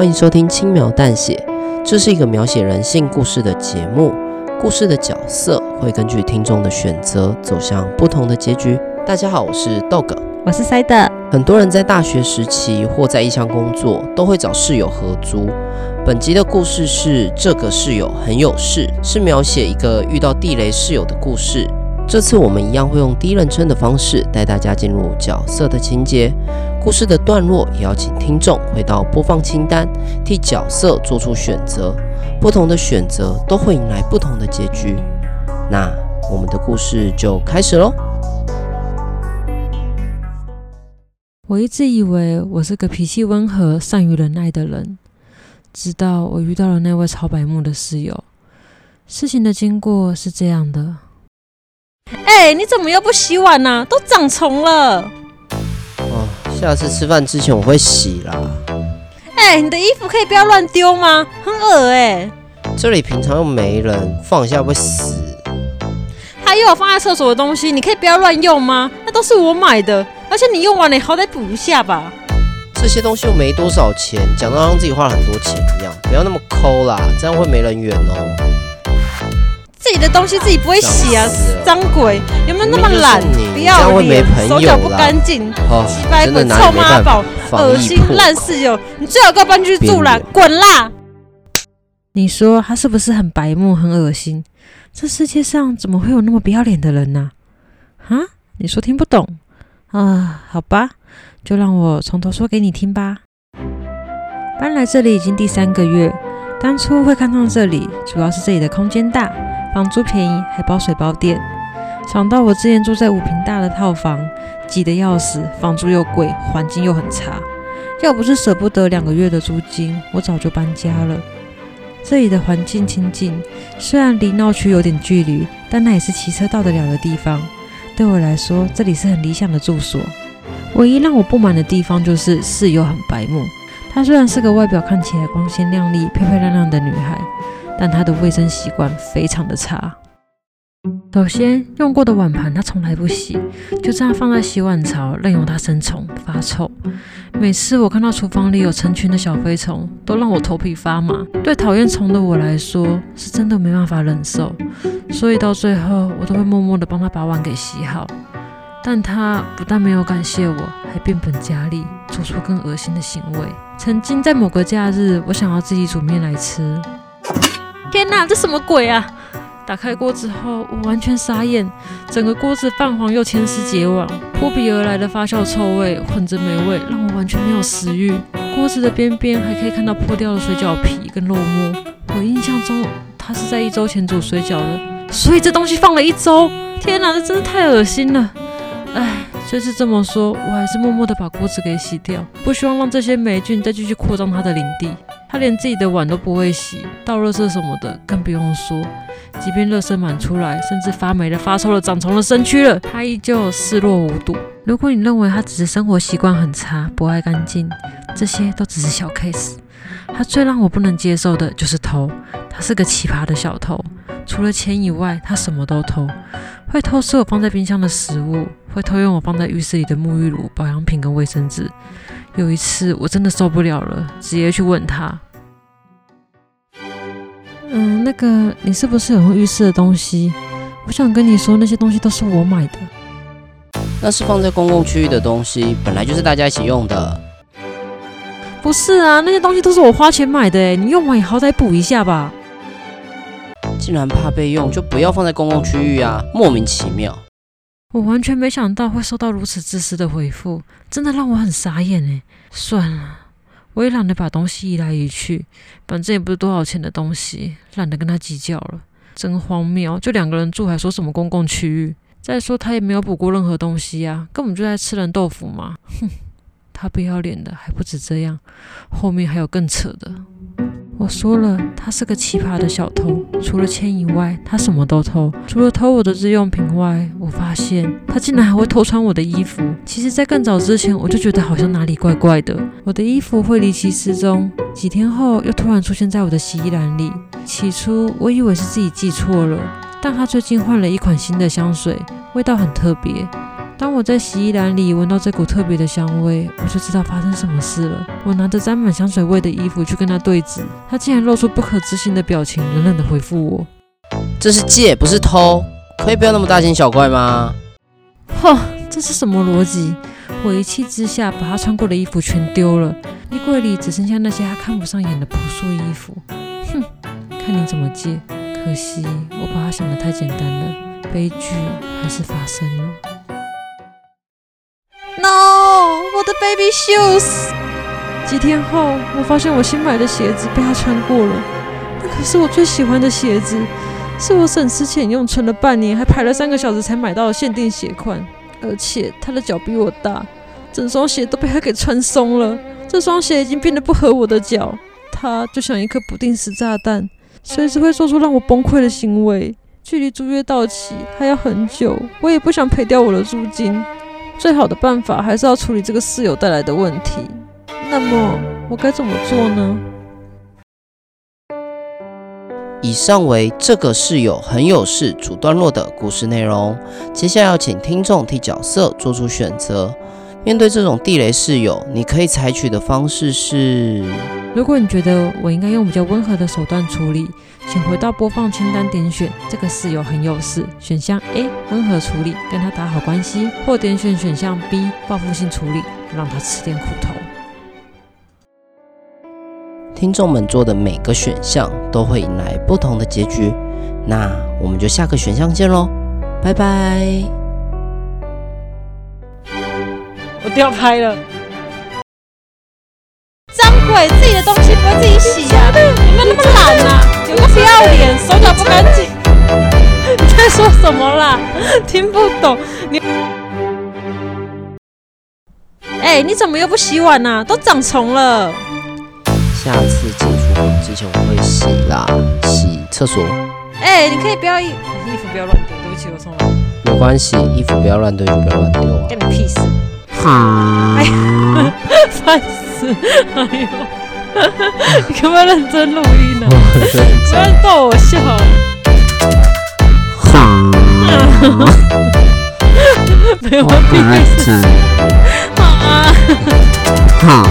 欢迎收听轻描淡写，这是一个描写人性故事的节目。故事的角色会根据听众的选择走向不同的结局。大家好，我是豆哥， 我是塞德。 很多人在大学时期或在异乡工作，都会找室友合租。本集的故事是这个室友很有事，是描写一个遇到地雷室友的故事。这次我们一样会用第一人称的方式带大家进入角色的情节，故事的段落也要请听众回到播放清单，替角色做出选择。不同的选择都会迎来不同的结局。那我们的故事就开始咯。 我一直以为我是个脾气温和、善于忍耐的人，直到我遇到了那位超白目的室友。事情的经过是这样的。你怎么又不洗碗啊？都长虫了。 下次吃饭之前我会洗啦。 你的衣服可以不要乱丢吗？很恶这里平常又没人，放一下会死。 还有放在厕所的东西，你可以不要乱用吗？那都是我买的，而且你用完了好歹补一下吧。 这些东西又没多少钱，讲到让自己花了很多钱一样，不要那么抠啦，这样会没人缘哦。 自己的东西自己不会洗啊，脏鬼！有没有那么懒？不要脸，手脚不干净，鸡掰鬼，臭妈宝，恶心烂室友！你最好给我搬去住啦，滚啦！你说他是不是很白目、很恶心？这世界上怎么会有那么不要脸的人呢？你说听不懂啊？好吧，就让我从头说给你听吧。搬来这里已经第3个月，当初会看上这里，主要是这里的空间大。房租便宜，还包水包电。想到我之前住在5坪大的套房，挤得要死，房租又贵，环境又很差。要不是舍不得2个月的租金，我早就搬家了。这里的环境清静，虽然离闹区有点距离，但那也是骑车到得了的地方。对我来说，这里是很理想的住所。唯一让我不满的地方就是室友很白目。她虽然是个外表看起来光鲜亮丽、漂漂亮亮的女孩，但他的卫生习惯非常的差。首先，用过的碗盘他从来不洗，就这样放在洗碗槽，任由它生虫发臭。每次我看到厨房里有成群的小飞虫，都让我头皮发麻。对讨厌虫的我来说，是真的没办法忍受，所以到最后我都会默默的帮他把碗给洗好。但他不但没有感谢我，还变本加厉，做出更恶心的行为。曾经在某个假日，我想要自己煮面来吃。天哪，这什么鬼啊！打开锅之后，我完全傻眼，整个锅子泛黄又千丝结网，扑鼻而来的发酵臭味混着霉味，让我完全没有食欲。锅子的边边还可以看到破掉的水饺皮跟肉末。我印象中，他是在1周前煮水饺的，所以这东西放了1周。天哪，这真的太恶心了！虽是这么说，我还是默默的把锅子给洗掉，不希望让这些霉菌再继续扩张他的领地。他连自己的碗都不会洗，倒垃圾什么的更不用说。即便垃圾满出来，甚至发霉了、发臭了、长虫了、生蛆了，他依旧视若无睹。如果你认为他只是生活习惯很差、不爱干净，这些都只是小 case。他最让我不能接受的就是偷，他是个奇葩的小偷。除了钱以外，他什么都偷。会偷吃我放在冰箱的食物，会偷用我放在浴室里的沐浴乳、保养品跟卫生纸。有一次我真的受不了了，直接去问他，你是不是有用浴室的东西？我想跟你说，那些东西都是我买的。 那是放在公共区域的东西，本来就是大家一起用的。 不是啊，那些东西都是我花钱买的，你用完也好歹补一下吧。 既然怕被用，就不要放在公共区域啊，莫名其妙。 我完全没想到会收到如此自私的回复，真的让我很傻眼。算了，我也懒得把东西移来移去，反正也不是多少钱的东西，懒得跟他计较了。真荒谬，就2个人住还说什么公共区域？再说他也没有补过任何东西啊，根本就在吃人豆腐嘛。他不要脸的还不止这样，后面还有更扯的。我说了，他是个奇葩的小偷，除了钱以外，他什么都偷。除了偷我的日用品外，我发现他竟然还会偷穿我的衣服。其实在更早之前，我就觉得好像哪里怪怪的。我的衣服会离奇失踪，几天后又突然出现在我的洗衣篮里。起初我以为是自己记错了，但他最近换了一款新的香水，味道很特别。 当我在洗衣篮里闻到这股特别的香味，我就知道发生什么事了。我拿着沾满香水味的衣服去跟他对峙，他竟然露出不可置信的表情，冷冷的回复我： 这是借，不是偷，可以不要那么大惊小怪吗？ 哼，这是什么逻辑？我一气之下把他穿过的衣服全丢了，衣柜里只剩下那些他看不上眼的朴素衣服。哼，看你怎么借。可惜我把他想得太简单了，悲剧还是发生了。No， 我的 baby shoes！ 几天后，我发现我新买的鞋子被他穿过了。那可是我最喜欢的鞋子，是我省吃俭用存了半年，还排了3个小时才买到的限定鞋款。而且他的脚比我大，整双鞋都被他给穿松了。这双鞋已经变得不合我的脚，它就像一颗不定时炸弹，随时会做出让我崩溃的行为。距离租约到期还要很久，我也不想赔掉我的租金。最好的办法还是要处理这个室友带来的问题。那么我该怎么做呢？ 以上为这个室友很有事主段落的故事内容。接下来要请听众替角色做出选择。面对这种地雷室友，你可以采取的方式是： 如果你觉得我应该用比较温和的手段处理，请回到播放清单点选这个室友很有事，选项 A 温和处理，跟他打好关系，或点选选项 B 报复性处理，让他吃点苦头。 听众们做的每个选项都会引来不同的结局，那我们就下个选项见咯，拜拜。 我掉拍了，脏鬼，自己的东西不会自己洗啊？有没有那么懒啊？有个不要脸，手脚不干净。你在说什么啦？听不懂你。你怎么又不洗碗啊？都长虫了。 下次进厨房之前我会洗啦，洗厕所。 你可以不要衣服不要乱丢，对不起，我错了。 没关系，衣服不要乱丢就不要乱丢啊。 干你屁事！烦死！你可不可以认真录音呢？不要逗我笑。没有屁事。好啊。